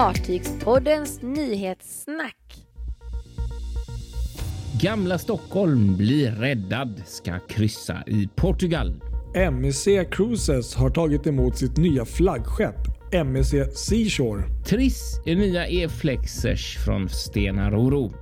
Fartygspoddens nyhetssnack. Gamla Stockholm blir räddad, ska kryssa i Portugal. MSC Cruises har tagit emot sitt nya flaggskepp, MSC Seashore. Triss är nya E-flexers från Stena Roro.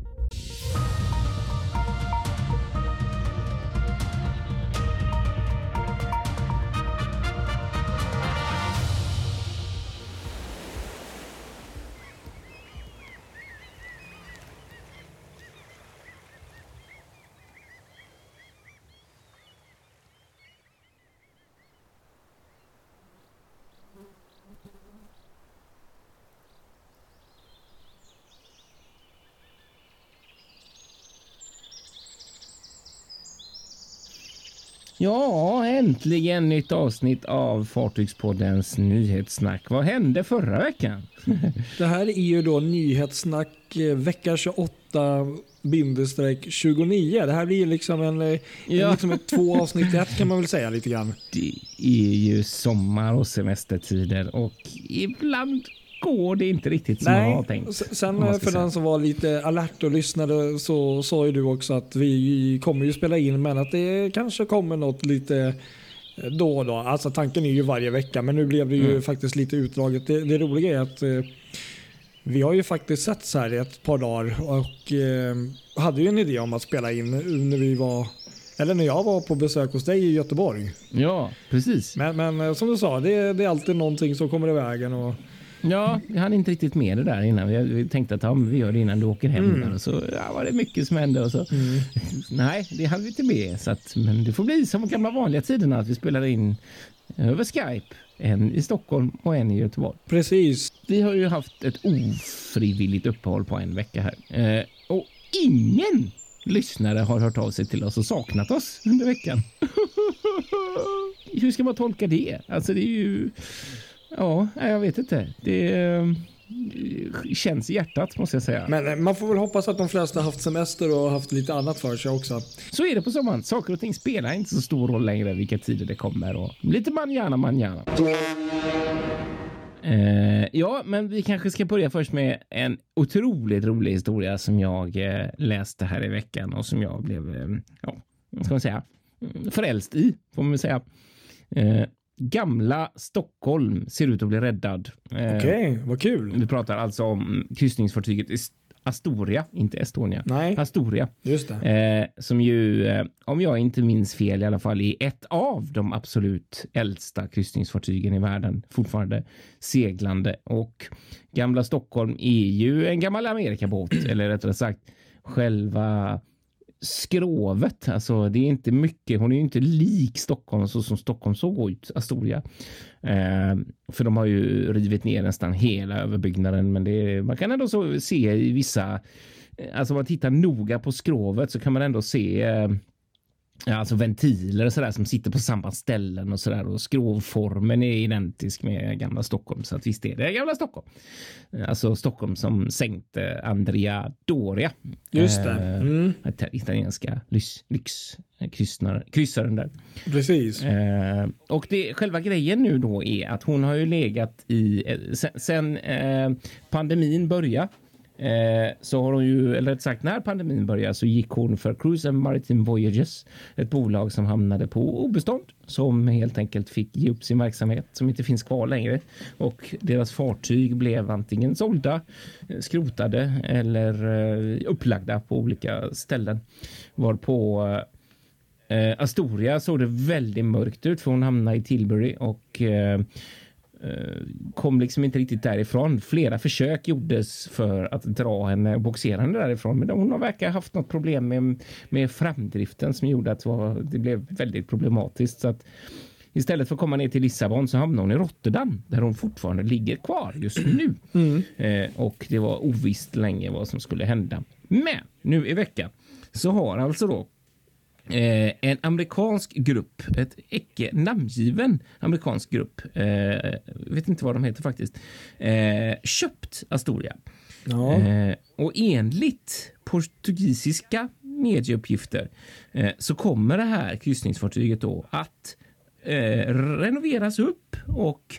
Ja, äntligen nytt avsnitt av Fartygspoddens nyhetssnack. Vad hände förra veckan? Det här är ju då nyhetssnack vecka 28-29. Det här blir liksom liksom ett 2 avsnitt 1 kan man väl säga lite grann. Det är ju sommar och semestertider och ibland går det inte riktigt som man har tänkt. Sen för den som var lite alert och lyssnade så sa ju du också att vi kommer ju spela in, men att det kanske kommer något lite då och då. Alltså tanken är ju varje vecka, men nu blev det ju faktiskt lite utdraget. Det roliga är att vi har ju faktiskt sett så här ett par dagar och hade ju en idé om att spela in när jag var på besök hos dig i Göteborg. Ja, precis. Men som du sa, det är alltid någonting som kommer i vägen och ja, jag hade inte riktigt med det där innan. Vi tänkte att vi gör det innan du åker hem. Där. Och så var det mycket som hände. Och så. Nej, det hade vi inte med. Men det får bli som de gamla vanliga tiderna att vi spelar in över Skype. En i Stockholm och en i Göteborg. Precis. Vi har ju haft ett ofrivilligt uppehåll på en vecka här. Och ingen lyssnare har hört av sig till oss och saknat oss under veckan. Hur ska man tolka det? Alltså det är ju... Ja, jag vet inte. Det känns i hjärtat måste jag säga. Men man får väl hoppas att de flesta har haft semester och haft lite annat för sig också. Så är det på sommaren. Saker och ting spelar inte så stor roll längre vilka tider det kommer. Och lite manjana. Ja, men vi kanske ska börja först med en otroligt rolig historia som jag läste här i veckan och som jag blev, vad ska man säga, förälst i, får man säga. Gamla Stockholm ser ut att bli räddad. Okej, vad kul. Vi pratar alltså om kryssningsfartyget Astoria, inte Estonia. Nej. Astoria. Just det. Som ju, om jag inte minns fel i alla fall, är ett av de absolut äldsta kryssningsfartygen i världen. Fortfarande seglande. Och Gamla Stockholm är ju en gammal Amerikabåt, eller rättare sagt själva skrovet, alltså det är inte mycket, hon är ju inte lik Stockholm så som Stockholm såg ut, Astoria. För de har ju rivit ner nästan hela överbyggnaden, men man kan ändå så se i vissa, alltså om man tittar noga på skrovet så kan man ändå se alltså ventiler och sådär som sitter på samma ställen och sådär, och skrovformen är identisk med Gamla Stockholm, så att visst är det Gamla Stockholm. Alltså Stockholm som sänkte Andrea Doria. Just det. Italienska lyxkryssaren där. Precis. Och själva grejen nu då är att hon har ju legat i sen pandemin började. Så har hon ju, eller rätt sagt när pandemin började så gick hon för Cruise and Maritime Voyages, ett bolag som hamnade på obestånd, som helt enkelt fick ge upp sin verksamhet, som inte finns kvar längre, och deras fartyg blev antingen sålda, skrotade eller upplagda på olika ställen. Varpå Astoria såg det väldigt mörkt ut, för hon hamnade i Tilbury och kom liksom inte riktigt därifrån. Flera försök gjordes för att dra henne boxerande därifrån, men hon verkar ha haft något problem med framdriften som gjorde att det blev väldigt problematiskt, så att istället för att komma ner till Lissabon så hamnade hon i Rotterdam, där hon fortfarande ligger kvar just nu. Och det var ovisst länge vad som skulle hända. Men nu i veckan så har alltså då en amerikansk grupp, ett icke namngiven amerikansk grupp, vet inte vad de heter faktiskt, köpt Astoria. Ja. Och enligt portugisiska medieuppgifter så kommer det här kryssningsfartyget då att renoveras upp och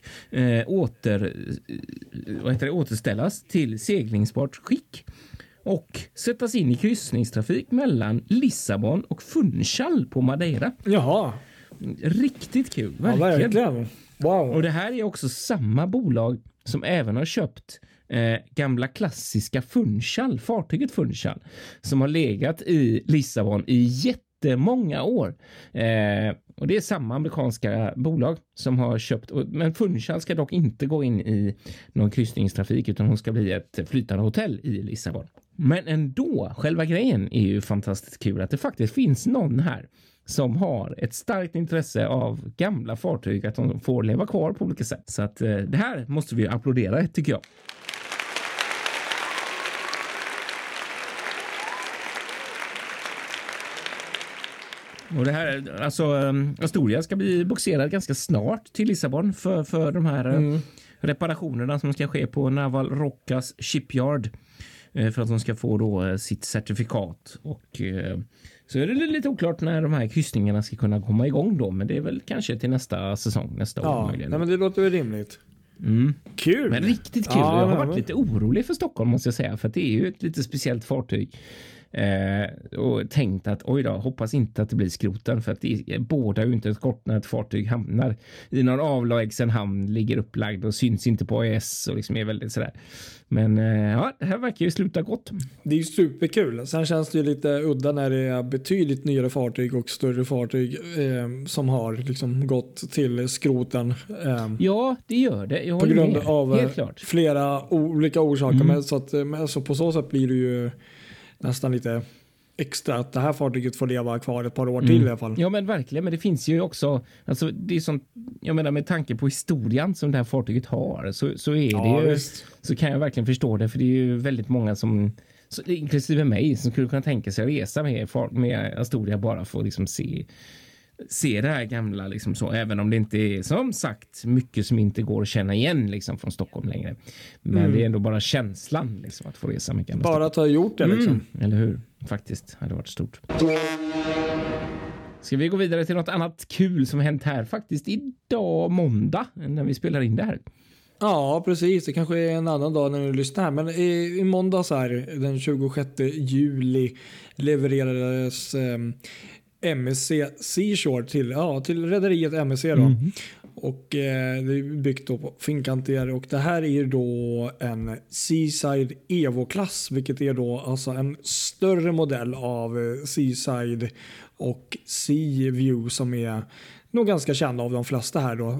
återställas till seglingsbart skick och sättas in i kryssningstrafik mellan Lissabon och Funchal på Madeira. Jaha. Riktigt kul, verkligen. Ja, verkligen. Wow. Och det här är också samma bolag som även har köpt gamla klassiska Funchal, fartyget Funchal, som har legat i Lissabon i jättemånga år. Och det är samma amerikanska bolag som har köpt, men Funchal ska dock inte gå in i någon kryssningstrafik utan hon ska bli ett flytande hotell i Lissabon. Men ändå, själva grejen är ju fantastiskt kul att det faktiskt finns någon här som har ett starkt intresse av gamla fartyg, att de får leva kvar på olika sätt. Så att det här måste vi applådera, tycker jag. Och det här, alltså Astoria ska bli boxerad ganska snart till Lissabon för de här reparationerna som ska ske på Naval Roccas Shipyard för att de ska få då sitt certifikat. Och så är det lite oklart när de här kryssningarna ska kunna komma igång då, men det är väl kanske till nästa säsong, nästa år möjligen. Nej, men det låter väl rimligt. Kul! Men riktigt kul. Jag har varit lite orolig för Stockholm, måste jag säga, för att det är ju ett lite speciellt fartyg. Och tänkt att oj då, hoppas inte att det blir skroten, för att det båda ju inte ett kort när ett fartyg hamnar i någon avlägsen hamn, ligger upplagd och syns inte på AIS och liksom är väldigt sådär. Men ja, det här verkar ju sluta gott. Det är ju superkul. Sen känns det ju lite udda när det är betydligt nyare fartyg och större fartyg som har liksom gått till skroten. Ja, det gör det. Jag på grund med. av helt klart. Flera olika orsaker. Men så på så sätt blir det ju nästan lite extra att det här fartyget får leva kvar ett par år till i alla fall. Ja, men verkligen. Men det finns ju också, alltså det är sånt, jag menar med tanke på historien som det här fartyget har, så är det ju, så kan jag verkligen förstå det, för det är ju väldigt många som, inklusive mig, som skulle kunna tänka sig att resa med Astoria bara för att liksom se det här gamla liksom så, även om det inte är som sagt mycket som inte går att känna igen liksom från Stockholm längre. Men det är ändå bara känslan liksom, att få resa med gamla bara att ha gjort det liksom. Eller hur? Faktiskt hade varit stort. Ska vi gå vidare till något annat kul som hänt här faktiskt idag måndag när vi spelar in det här? Ja, precis. Det kanske är en annan dag när du lyssnar här. Men i måndags här, den 26 juli, levererades MSC Seashore till rederiet MSC då. Och det är byggt då på Fincantieri, och det här är då en Seaside Evo-klass, vilket är då alltså en större modell av Seaside och Sea View som är nog ganska kända av de flesta här då.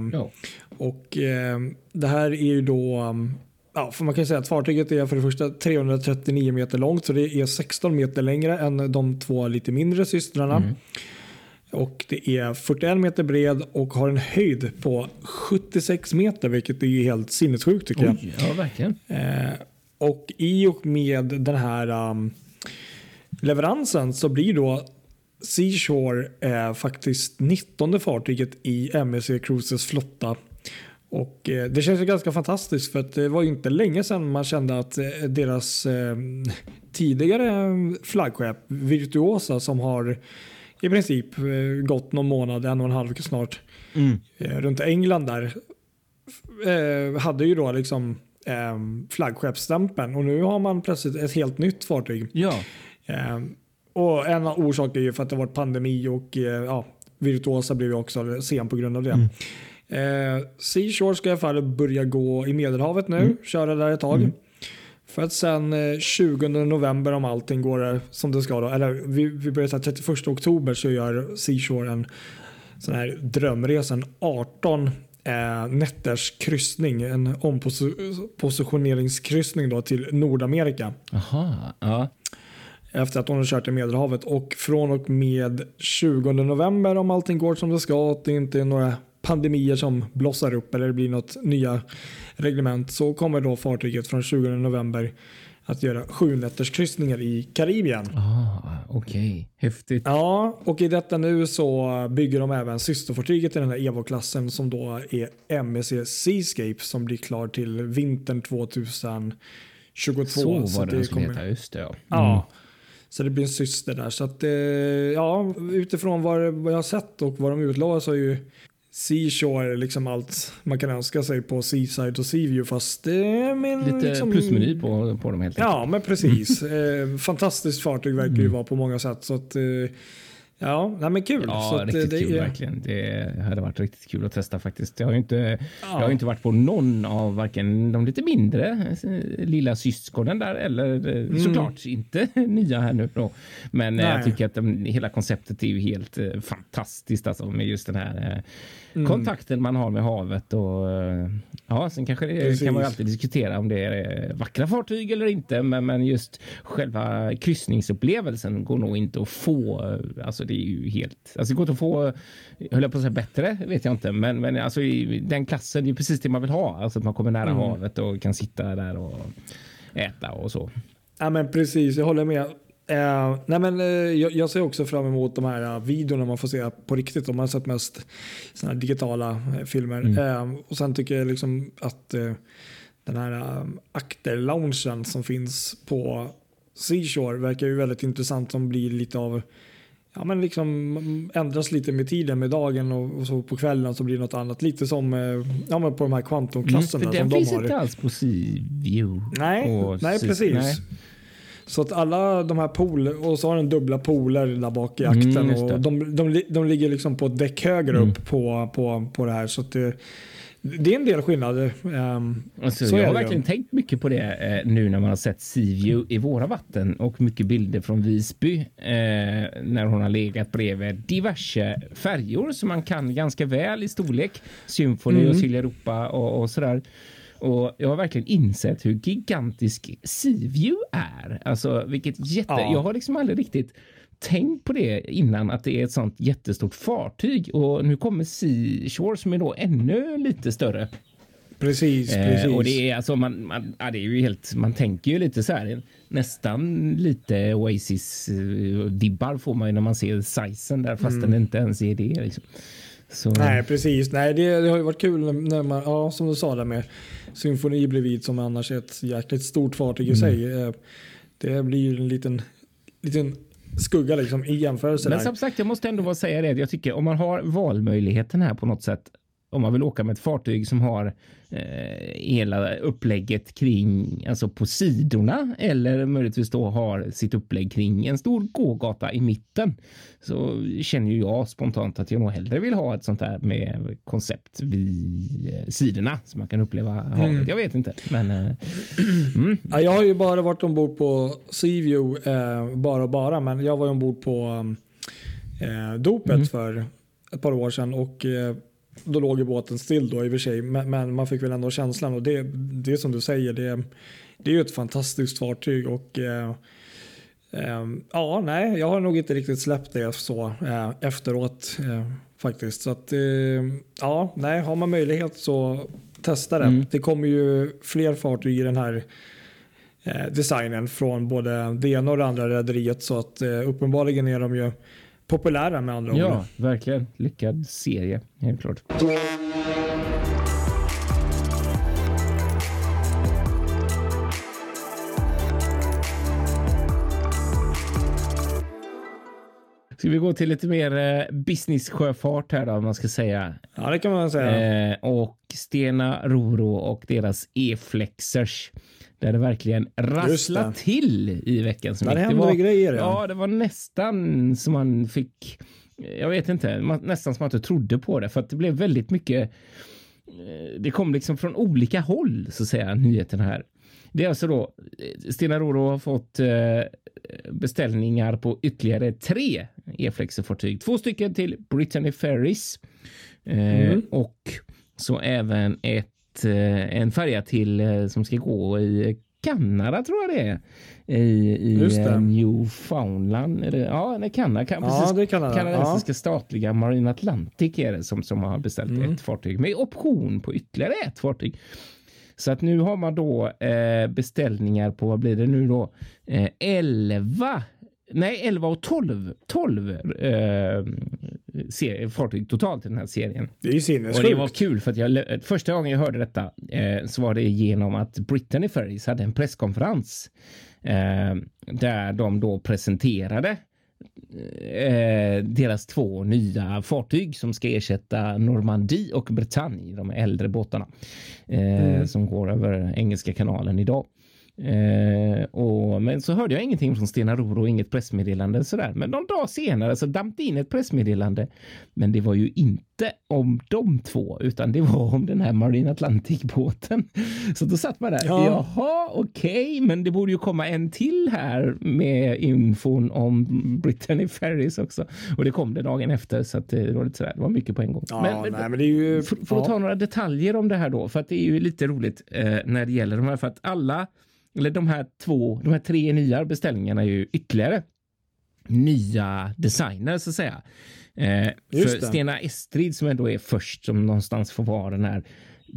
Och det här är ju då, för man kan säga att fartyget är för det första 339 meter långt, så det är 16 meter längre än de två lite mindre systrarna. Och det är 41 meter bred och har en höjd på 76 meter, vilket är helt sinnessjukt tycker jag. Ja, verkligen. Och i och med den här leveransen så blir då Seashore faktiskt 19:e fartyget i MSC Cruises flotta. Och det känns ju ganska fantastiskt, för att det var ju inte länge sedan man kände att deras tidigare flaggskepp Virtuosa, som har i princip gått någon månad, 1,5 snart, runt England där, hade ju då liksom flaggskeppsstämpeln, och nu har man plötsligt ett helt nytt fartyg. Ja. Och en av orsakerna är ju för att det var pandemi, och Virtuosa blev ju också sen på grund av det. Seashore ska i alla fall börja gå i Medelhavet nu, köra där ett tag. För att sen 20 november, om allting går som det ska då, eller vi börjar säga 31 oktober, så gör Seashore en sån här drömresa, en 18 nätters kryssning, en ompositioneringskryssning då till Nordamerika. Aha, ja. Efter att hon har kört i Medelhavet, och från och med 20 november, om allting går som det ska, att det inte är några pandemier som blossar upp eller det blir något nya reglement, så kommer då fartyget från 20 november att göra 7 nätters kryssningar i Karibien. Okej. Häftigt. Ja, och i detta nu så bygger de även systerfartyget i den här Evo-klassen, som då är MSC Seascape, som blir klar till vintern 2022. Så var det som heter, just det. Ja. Så det blir en syster där. Så att, ja, utifrån vad jag har sett och vad de utlovar så är ju Seashore liksom allt man kan önska sig på Seaside och Seaview, fast det är min... Lite liksom, plusmeny på dem helt enkelt. Ja, men precis. Fantastiskt fartyg verkar ju vara på många sätt. Så att, ja, nej, men kul. Ja, så att, riktigt kul verkligen. Det hade varit riktigt kul att testa faktiskt. Jag har ju inte varit på någon av varken de lite mindre lilla syskonen där eller såklart inte nya här nu då. Men jag tycker att hela konceptet är ju helt fantastiskt alltså, med just den här kontakten man har med havet och ja, sen kanske det kan man ju alltid diskutera om det är vackra fartyg eller inte, men just själva kryssningsupplevelsen går nog inte att få, alltså det är ju helt, alltså det går inte att få, höll jag på att säga bättre, vet jag inte, men alltså i den klassen, det är precis det man vill ha, alltså att man kommer nära havet och kan sitta där och äta och så. Ja, men precis, jag håller med. Nej, men jag ser också fram emot de här videorna man får se på riktigt. De har sett mest såna här digitala filmer. Och sen tycker jag liksom att den här akterloungen som finns på Seashore verkar ju väldigt intressant, som blir lite av, ja, men liksom ändras lite med tiden, med dagen och så på kvällen så blir det något annat. Lite som ja, men på de här kvantumklasserna som de finns har. Inte alls på Seaview. Nej, precis. Nej. Så att alla de här och så har den dubbla poler där bak i akten och de ligger liksom på ett däck högre upp på det här, så att det är en del skillnader. Alltså, jag har verkligen tänkt mycket på det nu när man har sett Seaview i våra vatten och mycket bilder från Visby när hon har legat bredvid diverse färjor som man kan ganska väl i storlek, Symphony och Silja Europa och sådär. Och jag har verkligen insett hur gigantisk Seaview är. Alltså vilket jag har liksom aldrig riktigt tänkt på det innan, att det är ett sånt jättestort fartyg. Och nu kommer Seashore som är då ännu lite större. Precis. Och det är alltså det är ju helt, man tänker ju lite så här, nästan lite Oasis-vibbar får man ju när man ser sizen där, fast den inte ens är det liksom. Så. Nej, precis. Nej, det har ju varit kul när man, ja, som du sa där med Symphony bredvid, som annars är ett jäkligt stort fartyg i sig. Det blir ju en liten skugga liksom i jämförelse. Men som sagt, jag måste ändå säga det. Jag tycker om man har valmöjligheten här på något sätt, om man vill åka med ett fartyg som har hela upplägget kring, alltså på sidorna, eller möjligtvis då har sitt upplägg kring en stor gågata i mitten, så känner ju jag spontant att jag nog hellre vill ha ett sånt här med koncept vid sidorna så man kan uppleva havet. Jag vet inte, men ja, jag har ju bara varit ombord på Seaview bara, men jag var ombord på dopet för ett par år sedan och då låg ju båten still då i och för sig, men man fick väl ändå känslan, och det som du säger, det är ju ett fantastiskt fartyg och ja, nej, jag har nog inte riktigt släppt det så efteråt faktiskt, så att ja, nej, har man möjlighet så testa det. Det kommer ju fler fartyg i den här designen från både det ena och det andra rederiet, så att uppenbarligen är de ju populära med andra ord. Ja, verkligen. Lyckad serie, helt klart. Ska vi gå till lite mer business-sjöfart här då, om man ska säga. Ja, det kan man säga. Och Stena Roro och deras E-flexers. Där det verkligen rasslar till i veckan. Där hände grejer. Ja, det var nästan som man fick, jag vet inte, nästan som man inte trodde på det. För att det blev väldigt mycket, det kom liksom från olika håll så att säga, nyheten här. Det är alltså då, Stena Roro har fått beställningar på ytterligare 3 E-flexerfartyg. 2 stycken till Brittany Ferries och så även en färja till som ska gå i Kanada, tror jag det är. I Newfoundland. Ja, det är Kanada. Ja, det är Kanada. Kanadensiska statliga Marine Atlantic är det som har beställt ett fartyg med option på ytterligare ett fartyg. Så att nu har man då beställningar på, vad blir det nu då? 11 och 12 fartyg totalt i den här serien. Det är ju sinnessjukt. Och det var kul för att första gången jag hörde detta så var det genom att Brittany Ferries hade en presskonferens där de då presenterade deras 2 nya fartyg som ska ersätta Normandie och Bretagne, de äldre båtarna som går över Engelska kanalen idag. Men så hörde jag ingenting från Stena Roro och inget pressmeddelande sådär. Men någon dag senare så dampte in ett pressmeddelande. Men det var ju inte om de 2 utan det var om den här Marine Atlantic-båten. Så då satt man där. Jaha, okej, men det borde ju komma en till här med infon om Brittany Ferries också. Och det kom det dagen efter så att det var lite sådär. Det var mycket på en gång. Men det är ju... För att ta några detaljer om det här då. För att det är ju lite roligt när det gäller de här. För att de här 3 nya beställningarna är ju ytterligare nya designer så att säga. För Stena Estrid som ändå är först som någonstans får vara den här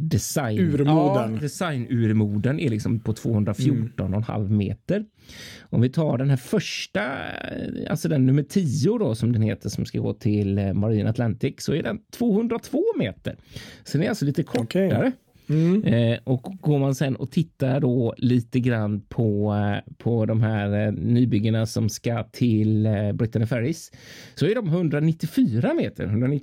designurmoden är liksom på 214,5 meter. Om vi tar den här första, alltså den nummer 10 då som den heter som ska gå till Marine Atlantic så är den 202 meter. Så den är alltså lite kortare. Okay. Och går man sen och tittar då lite grann på de här nybyggena som ska till Brittany Ferries så är de 194 meter,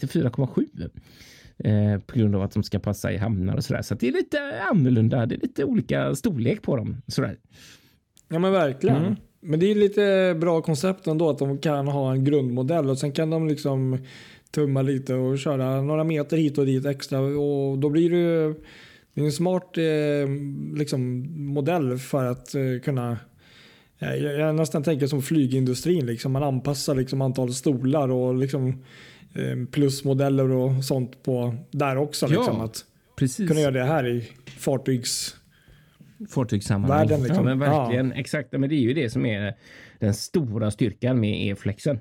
194,7 på grund av att de ska passa i hamnar och sådär. Så att det är lite annorlunda, det är lite olika storlek på dem. Sådär. Ja men verkligen. Men det är lite bra koncept ändå att de kan ha en grundmodell och sen kan de liksom tumma lite och köra några meter hit och dit extra och då blir det en smart liksom, modell för att kunna jag nästan tänker som flygindustrin liksom. Man anpassar liksom antal stolar och liksom plusmodeller och sånt på där också liksom, att precis. Kunna göra det här i fartygssammanhang. Världen, liksom. Ja, men verkligen, exakt. Men det är ju det som är den stora styrkan med E-flexen.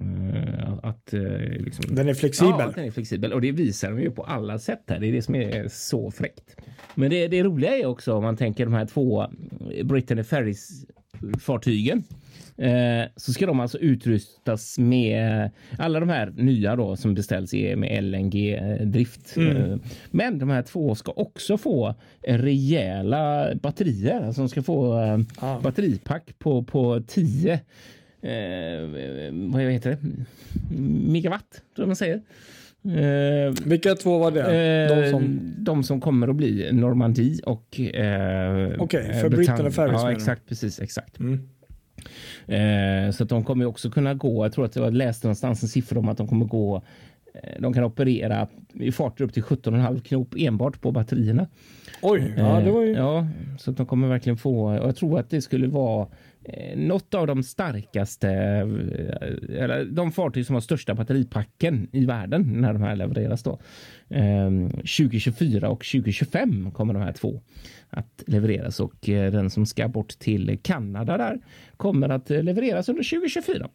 Liksom, den är flexibel. Ja, den är flexibel. Och det visar de ju på alla sätt här. Det är det som är så fräckt. Men det roliga är också om man tänker de här 2 Brittany Ferries-fartygen. Så ska de alltså utrustas med alla de här nya då som beställs med LNG-drift. Men de här 2 ska också få rejäla batterier. Alltså de ska få batteripack på 10 vad heter det? Megawatt, tror jag man säger. Vilka 2 var det? De som kommer att bli Normandie och Okej, för Brittany Ferries. Ja, exakt, precis, exakt. Så att de kommer också kunna gå, jag tror att jag läste någonstans en siffra om att de kommer gå, de kan operera i farter upp till 17,5 knop enbart på batterierna. Oj, ja det var ju... Ja, så att de kommer verkligen få, och jag tror att det skulle vara något av de starkaste, eller de fartyg som har största batteripacken i världen när de här levereras då. 2024 och 2025 kommer de här 2 att levereras och den som ska bort till Kanada där kommer att levereras under 2024.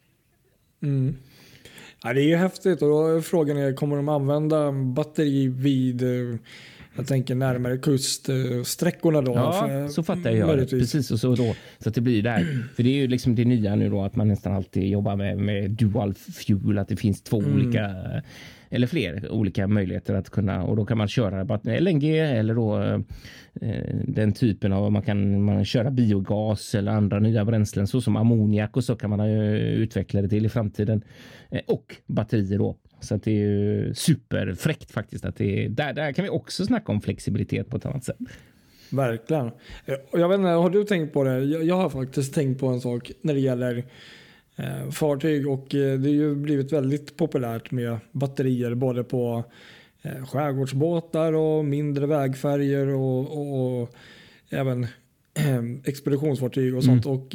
Ja, det är ju häftigt och då frågan är, kommer de använda batteri vid jag tänker närmare kuststräckorna då? Ja, så fattar jag det. Precis, och så då. Så att det blir där. För det är ju liksom det nya nu då att man nästan alltid jobbar med dual fuel. Att det finns 2 olika eller fler olika möjligheter att kunna, och då kan man köra LNG eller då den typen av, man kan köra biogas eller andra nya bränslen så som ammoniak och så kan man utveckla det till i framtiden. Och batterier då. Så att det är ju superfräckt faktiskt att det är, där kan vi också snacka om flexibilitet på ett annat sätt. Verkligen. Jag vet inte, har du tänkt på det? Jag har faktiskt tänkt på en sak när det gäller fartyg och det är ju blivit väldigt populärt med batterier både på skärgårdsbåtar och mindre vägfärger och även expeditionsfartyg och sånt. Och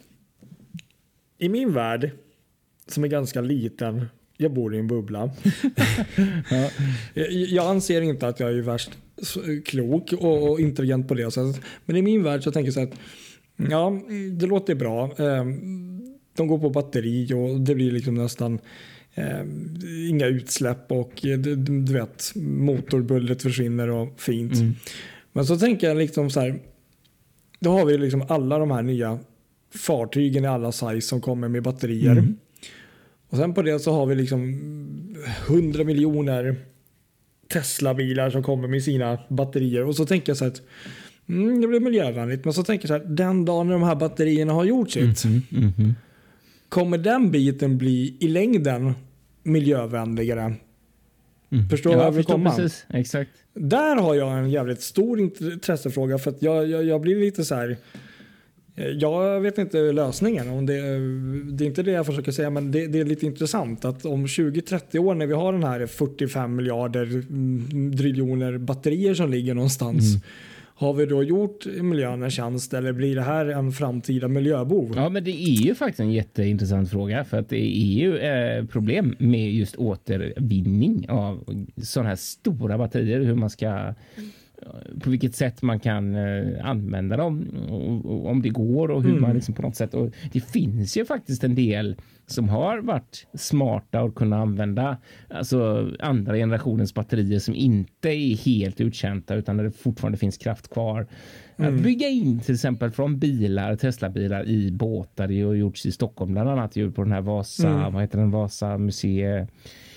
i min värld som är ganska liten, jag bor i en bubbla. Ja. Jag anser inte att jag är värst klok och intelligent på det sättet. Men i min värld så tänker jag så att ja, det låter bra. De går på batteri och det blir liksom nästan inga utsläpp och du vet, motorbullret försvinner och fint. Men så tänker jag liksom så här, då har vi liksom alla de här nya fartygen i alla size som kommer med batterier. Och sen på det så har vi liksom 100 miljoner Tesla-bilar som kommer med sina batterier. Och så tänker jag så att det blir miljövänligt. Men så tänker jag så här, den dagen när de här batterierna har gjort sitt, kommer den biten bli i längden miljövänligare? Förstår du vad jag vill komma? Precis, exakt. Där har jag en jävligt stor intressefråga, för att jag blir lite så här. Jag vet inte lösningen. Om det är inte det jag försöker säga, men det är lite intressant att om 20-30 år när vi har den här 45 miljarder driljoner batterier som ligger någonstans, har vi då gjort miljön en tjänst, eller blir det här en framtida miljöbov? Ja, men det är ju faktiskt en jätteintressant fråga, för att det är ju problem med just återvinning av sådana här stora batterier, hur man ska, på vilket sätt man kan använda dem, och om det går, och hur man liksom på något sätt, och det finns ju faktiskt en del som har varit smarta och kunna använda alltså andra generationens batterier som inte är helt uttjänta, utan där det fortfarande finns kraft kvar. Att bygga in till exempel från bilar, Tesla-bilar i båtar. Det har gjorts i Stockholm bland annat på den här Vasa, vad heter den, Vasa museet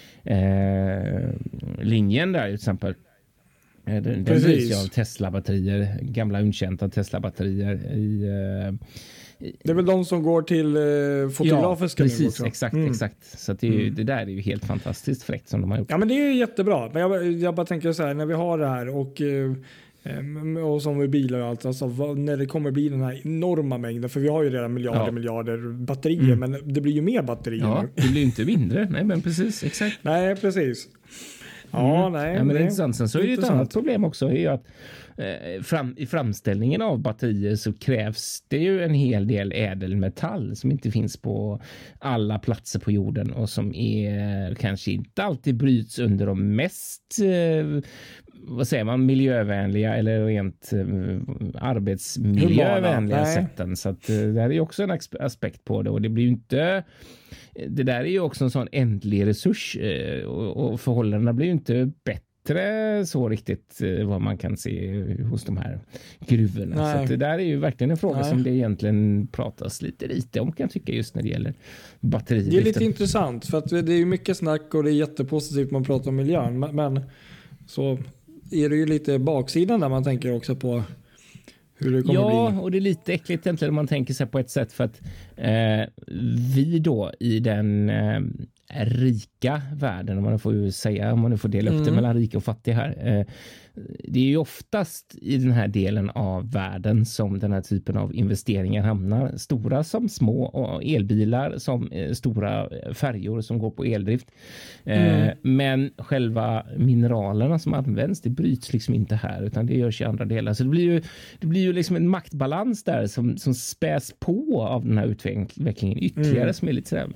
linjen där till exempel. Den drivs ju av Tesla-batterier, gamla untjänta Tesla-batterier i det är väl de som går till fotografiska. Ja, precis, exakt. Så att det där är ju helt fantastiskt fräckt som de har gjort. Ja, men det är ju jättebra. Men jag bara tänker så här, när vi har det här och som med bilar och allt, alltså, när det kommer bli den här enorma mängden, för vi har ju redan miljarder batterier, men det blir ju mer batterier. Ja, det blir inte mindre. Nej, men precis, exakt. Nej, precis. Ja, nej. Ja, men det är intressant. Sen så är det ett annat problem också, är ju att i framställningen av batterier så krävs det ju en hel del ädelmetall som inte finns på alla platser på jorden, och som är kanske inte alltid bryts under de mest vad säger man, miljövänliga eller rent arbetsmiljövänliga sätten. Så att det där är ju också en aspekt på det, och det blir ju inte, det där är ju också en sån ändlig resurs, och förhållandena blir ju inte bättre så riktigt vad man kan se hos de här gruvorna. Så att det där är ju verkligen en fråga som det egentligen pratas lite om, kan jag tycka, just när det gäller batteridriften. Det är lite intressant, för att det är ju mycket snack och det är jättepositivt man pratar om miljön, men så är det ju lite baksidan där man tänker också på hur det kommer bli. Ja, och det är lite äckligt egentligen om man tänker sig på ett sätt, för att vi då i den rika världen, om man får ju säga, om man nu får dela upp det mellan rika och fattiga här. Det är ju oftast i den här delen av världen som den här typen av investeringar hamnar. Stora som små, och elbilar som stora färjor som går på eldrift. Men själva mineralerna som används, det bryts liksom inte här, utan det görs i andra delar. Så det blir ju liksom en maktbalans där som späs på av den här utvecklingen ytterligare, som är lite sådär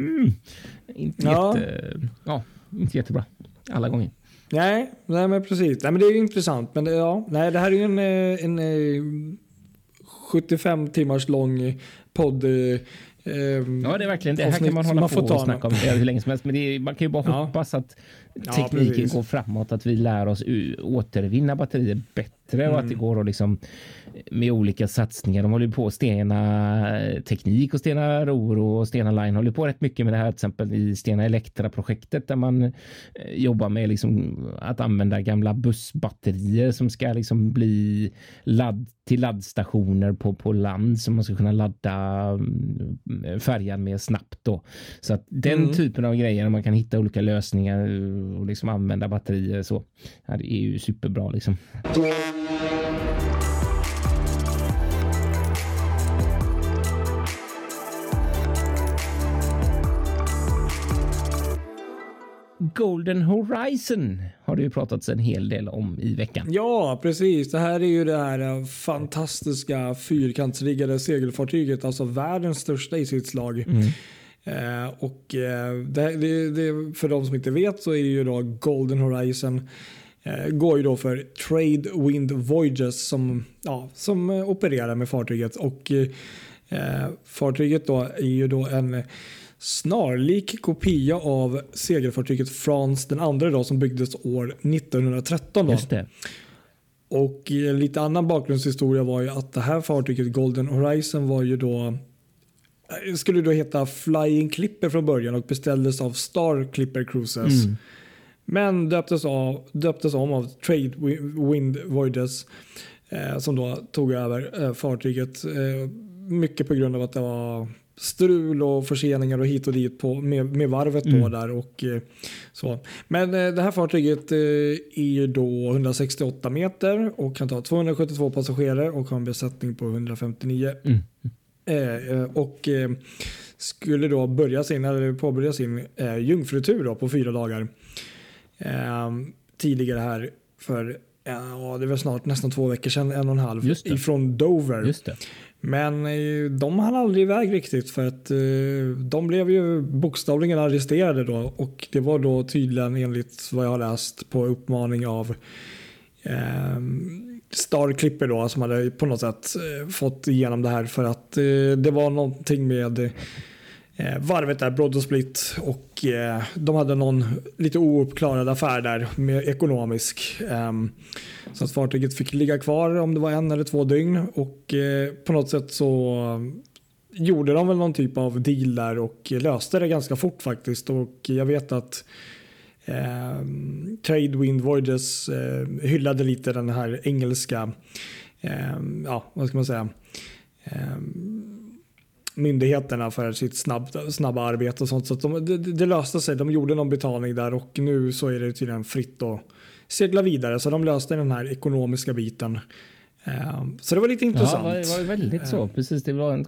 inte jättebra alla gånger. Nej, men precis. Nej, men det är ju intressant, men det här är ju en 75 timmars lång podd. Ja, det är verkligen det. Här kan man hålla på och snacka om det hur länge som helst, men man kan ju bara hoppas att tekniken går framåt, att vi lär oss återvinna batterier bättre, och att det går att liksom med olika satsningar. De håller på Stena Teknik och Stena Roro och Stena Line håller på rätt mycket med det här, till exempel i Stena Elektra-projektet, där man jobbar med liksom att använda gamla bussbatterier som ska liksom bli till laddstationer på land, som man ska kunna ladda färjan med snabbt då. Så att den typen av grejer, man kan hitta olika lösningar och liksom använda batterier så. Ja, det är ju superbra liksom. Golden Horizon har det ju pratats en hel del om i veckan. Ja, precis. Det här är ju det här fantastiska fyrkantsriggade segelfartyget, alltså världens största i sitt slag. Och det, för de som inte vet, så är det ju då Golden Horizon går ju då för Trade Wind Voyages som opererar med fartyget, och fartyget då är ju då en snarlik kopia av segelfartyget France den andra då, som byggdes år 1913 då. Just det. Och lite annan bakgrundshistoria var ju att det här fartyget Golden Horizon var ju då skulle då heta Flying Clipper från början och beställdes av Star Clipper Cruises. Men döptes om av Trade Wind Voyages som då tog över fartyget. Mycket på grund av att det var strul och förseningar och hit och dit med varvet då där och så. Men det här fartyget är då 168 meter och kan ta 272 passagerare och har en besättning på 159. Och skulle då påbörja sin jungfrutur då på 4 dagar. Tidigare här för det var snart nästan 2 veckor sedan, 1,5 ifrån Dover. Just det. Men de hann aldrig iväg riktigt för att de blev ju bokstavligen arresterade då och det var då tydligen enligt vad jag har läst på uppmaning av Star Clipper då som hade på något sätt fått igenom det här för att det var någonting med varvet där, Broad och Split och de hade någon lite ouppklarad affär där med ekonomisk så att fartyget fick ligga kvar om det var 1 eller 2 dygn och på något sätt så gjorde de väl någon typ av deal där och löste det ganska fort faktiskt och jag vet att Trade Wind Voyages hyllade lite den här engelska vad ska man säga myndigheterna för sitt snabba arbete och sånt så att det löste sig. De gjorde någon betalning där och nu så är det tydligen fritt att segla vidare så de löste den här ekonomiska biten. Så det var lite intressant. Ja, det var väldigt så. Precis, det var en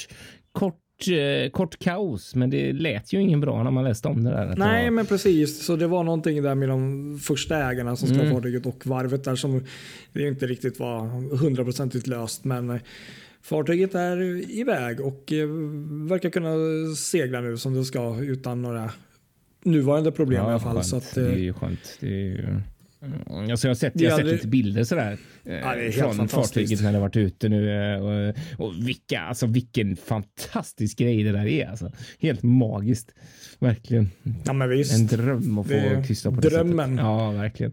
kort kaos men det lät ju ingen bra när man läste om det där. Nej, men precis. Så det var någonting där med de första ägarna som ska ha fartyget och varvet där som det inte riktigt var 100% löst men fartyget är iväg och verkar kunna segla nu som det ska utan några nuvarande problem i alla fall. Skönt. Så att, det är ju skönt. Det är ju... Alltså jag har sett lite bilder sådär från fartyget när det varit ute nu och vilken fantastisk grej det där är alltså. Helt magiskt. Verkligen. Ja, men visst. En dröm att få kryssa på det drömmen. sättet. Ja, verkligen.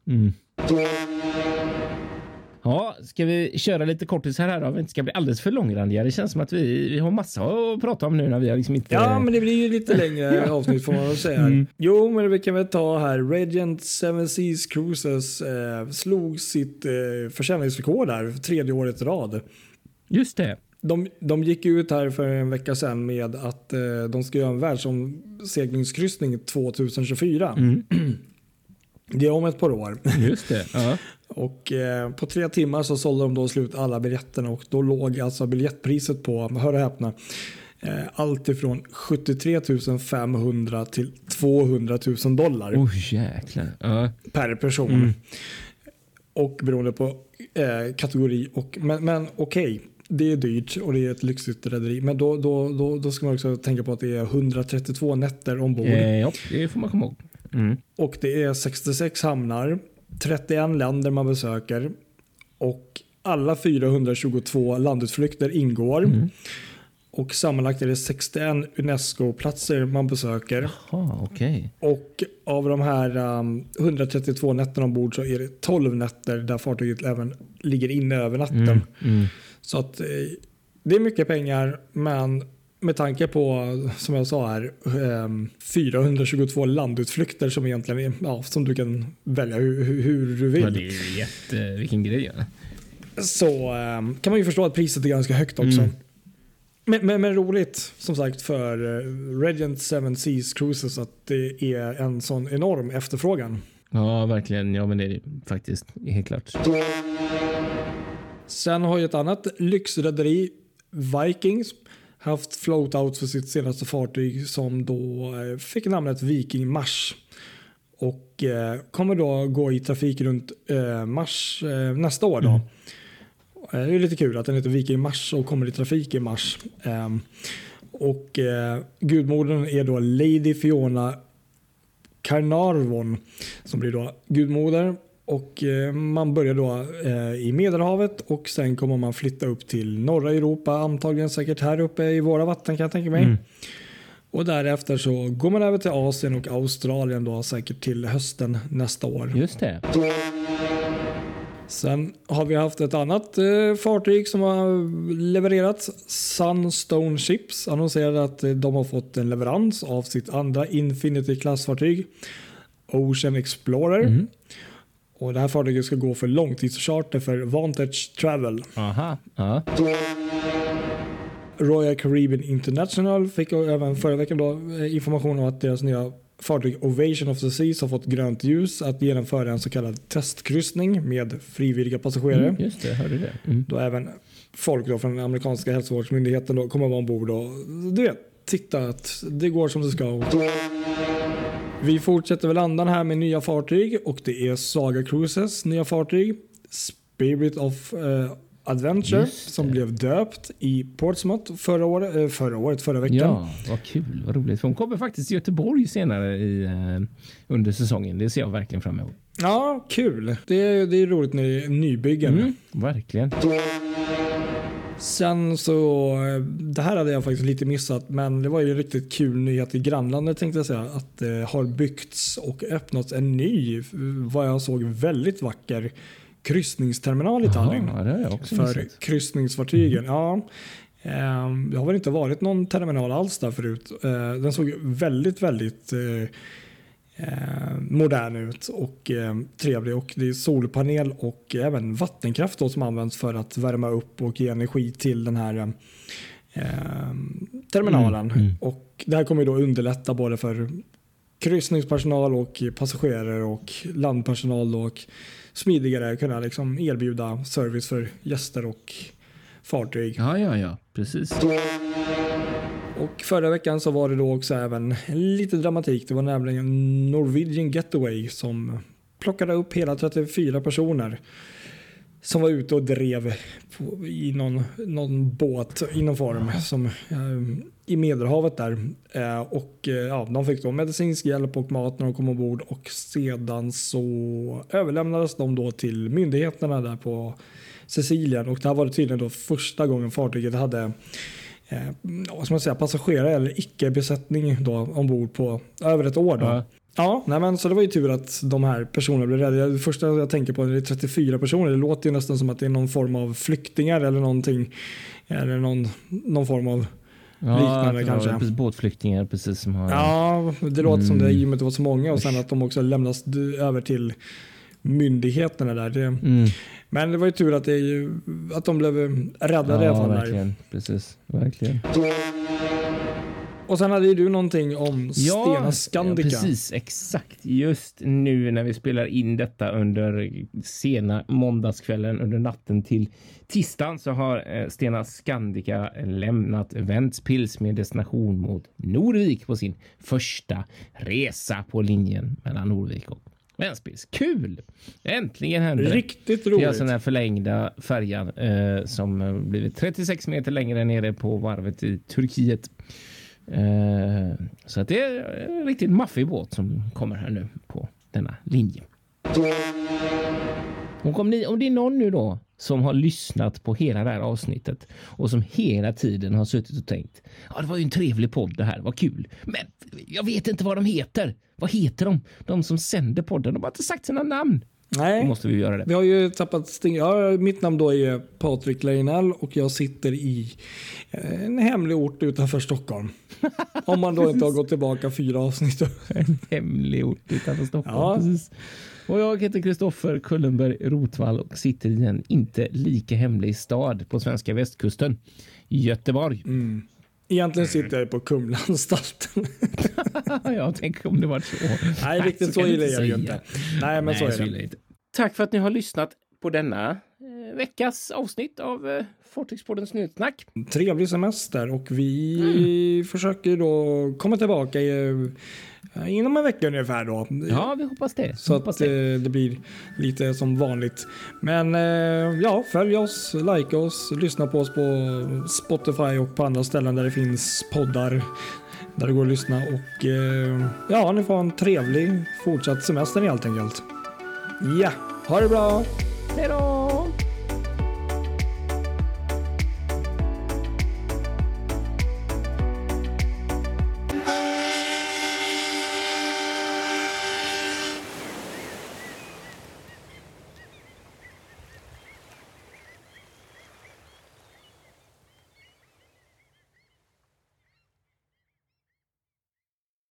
Ja, ska vi köra lite kortis här då? Det ska bli alldeles för långrandiga. Det känns som att vi har massa att prata om nu när vi har liksom inte... Ja, men det blir ju lite längre avsnitt får man väl säga. Jo, men vi kan väl ta här. Regent Seven Seas Cruises slog sitt försäljningsrekord där 3:e året i rad. Just det. De gick ut här för en vecka sedan med att de ska göra en världsomseglingskryssning 2024. Det är om ett par år. Just det, ja. Och på 3 timmar så sålde de då slut alla biljetterna och då låg alltså biljettpriset på, hör och häpna, allt ifrån 73 500 till 200 000 dollar. Jäklar. Per person. Och beroende på kategori. Men okej, det är dyrt och det är ett lyxigt rederi. Men då ska man också tänka på att det är 132 nätter ombord. Ja, det får man komma ihåg. Och det är 66 hamnar, 31 länder man besöker och alla 422 landutflykter ingår. Och sammanlagt är det 61 UNESCO-platser man besöker. Okay. Och av de här 132 nätterna ombord så är det 12 nätter där fartyget även ligger inne över natten. Så att det är mycket pengar, men med tanke på, som jag sa här, 422 landutflykter som egentligen är, som du kan välja hur du vill. Ja, det är vilken grej. Ja. Så kan man ju förstå att priset är ganska högt också. Men roligt som sagt för Regent Seven Seas Cruises att det är en sån enorm efterfrågan. Ja, verkligen. Ja, men det är det faktiskt helt klart. Sen har ju ett annat lyxrederi, Vikings, haft float-out för sitt senaste fartyg som då fick namnet Viking Mars och kommer då gå i trafik runt Mars nästa år då. Det är lite kul att den heter Viking Mars och kommer i trafik i mars. Och gudmodern är då Lady Fiona Carnarvon som blir då gudmoder. Och man börjar då i Medelhavet och sen kommer man flytta upp till norra Europa, antagligen säkert här uppe i våra vatten kan jag tänka mig. Och därefter så går man över till Asien och Australien då säkert till hösten nästa år. Just det. Sen har vi haft ett annat fartyg som har levererats. Sunstone Ships annonserade att de har fått en leverans av sitt andra Infinity-klassfartyg Ocean Explorer. Och det här fartyget ska gå för långtidscharter för Vantage Travel. Aha. Ja. Royal Caribbean International fick även förra veckan då information om att deras nya fartyg Ovation of the Seas har fått grönt ljus att genomföra en så kallad testkryssning med frivilliga passagerare. Just det, hörde det. Då även folk då från den amerikanska hälsovårdsmyndigheten då kommer vara ombord och du vet, titta att det går som det ska. Vi fortsätter väl andan här med nya fartyg och det är Saga Cruises nya fartyg Spirit of Adventure som blev döpt i Portsmouth förra veckan. Ja, vad kul, vad roligt. För hon kommer faktiskt till Göteborg senare under säsongen. Det ser jag verkligen fram emot. Ja, kul. Det är roligt med nybyggen. Verkligen. Sen så, det här hade jag faktiskt lite missat, men det var ju en riktigt kul nyhet i grannlandet tänkte jag säga, att det har byggts och öppnats en ny, vad jag såg, väldigt vacker kryssningsterminal i Tallinn. Ja, det har jag också för missat. kryssningsfartygen. Ja, det har väl inte varit någon terminal alls där förut. Den såg väldigt, väldigt modern ut och trevlig, och det är solpanel och även vattenkraft då som används för att värma upp och ge energi till den här terminalen. Och det här kommer då underlätta både för kryssningspersonal och passagerare och landpersonal och smidigare kunna liksom erbjuda service för gäster och fartyg. Ja, precis. Och förra veckan så var det då också även lite dramatik. Det var nämligen Norwegian Getaway som plockade upp hela 34 personer som var ute och drev i någon båt i någon form som i Medelhavet där. Och de fick då medicinsk hjälp och mat när de kom ombord, och sedan så överlämnades de då till myndigheterna där på Sicilien, och det här var det tydligen då första gången fartyget hade passagerare eller icke-besättning då ombord på över ett år då. Ja, men så det var ju tur att de här personerna blev rädda. Det första jag tänker på är det 34 personer. Det låter ju nästan som att det är någon form av flyktingar eller någonting. Eller någon form av liknande kanske. Båtflyktingar precis som har... Ja, det låter som det i och med att det var så många, och sen att de också lämnas över till myndigheterna där. Men det var ju tur att de blev räddade i alla fall. Verkligen. Precis, verkligen. Och sen hade ju du någonting om Stena Scandica. Ja, precis, exakt. Just nu när vi spelar in detta under sena måndagskvällen, under natten till tisdagen, så har Stena Scandica lämnat Ventspils med destination mot Norvik på sin första resa på linjen mellan Norvik och Ventspils. Kul! Äntligen händer det. Riktigt roligt. Det är alltså den här förlängda färjan som blivit 36 meter längre nere på varvet i Turkiet. Så att det är en riktigt maffig båt som kommer här nu på denna linje. Och om det är någon nu då som har lyssnat på hela det här avsnittet och som hela tiden har suttit och tänkt, ja, det var ju en trevlig podd det här, vad kul, men jag vet inte vad de heter. Vad heter de? De som sänder podden, de har inte sagt sina namn. Nej, då måste vi göra det. Vi har ju tappat mitt namn då är Patrik Leinell och jag sitter i en hemlig ort utanför Stockholm. Om man då inte har gått tillbaka 4 avsnitt. En hemlig ort utanför Stockholm, precis. Och jag heter Kristoffer Kullenberg Rotvall och sitter i en inte lika hemlig stad på svenska västkusten, Göteborg. Egentligen sitter jag på Kumlaanstalten. Jag tänker om det var så. Nej, riktigt så illa är jag ju inte. Nej, men så är det. Tack för att ni har lyssnat på denna veckas avsnitt av Fartygspoddens Nyhetssnack. Trevlig semester, och vi försöker då komma tillbaka inom en vecka ungefär då. Ja, vi hoppas det. Så att det blir lite som vanligt. Men följ oss, like oss, lyssna på oss på Spotify och på andra ställen där det finns poddar där det går att lyssna. Och ni får en trevlig fortsatt semester helt enkelt. Ja, ha det bra! Hej då!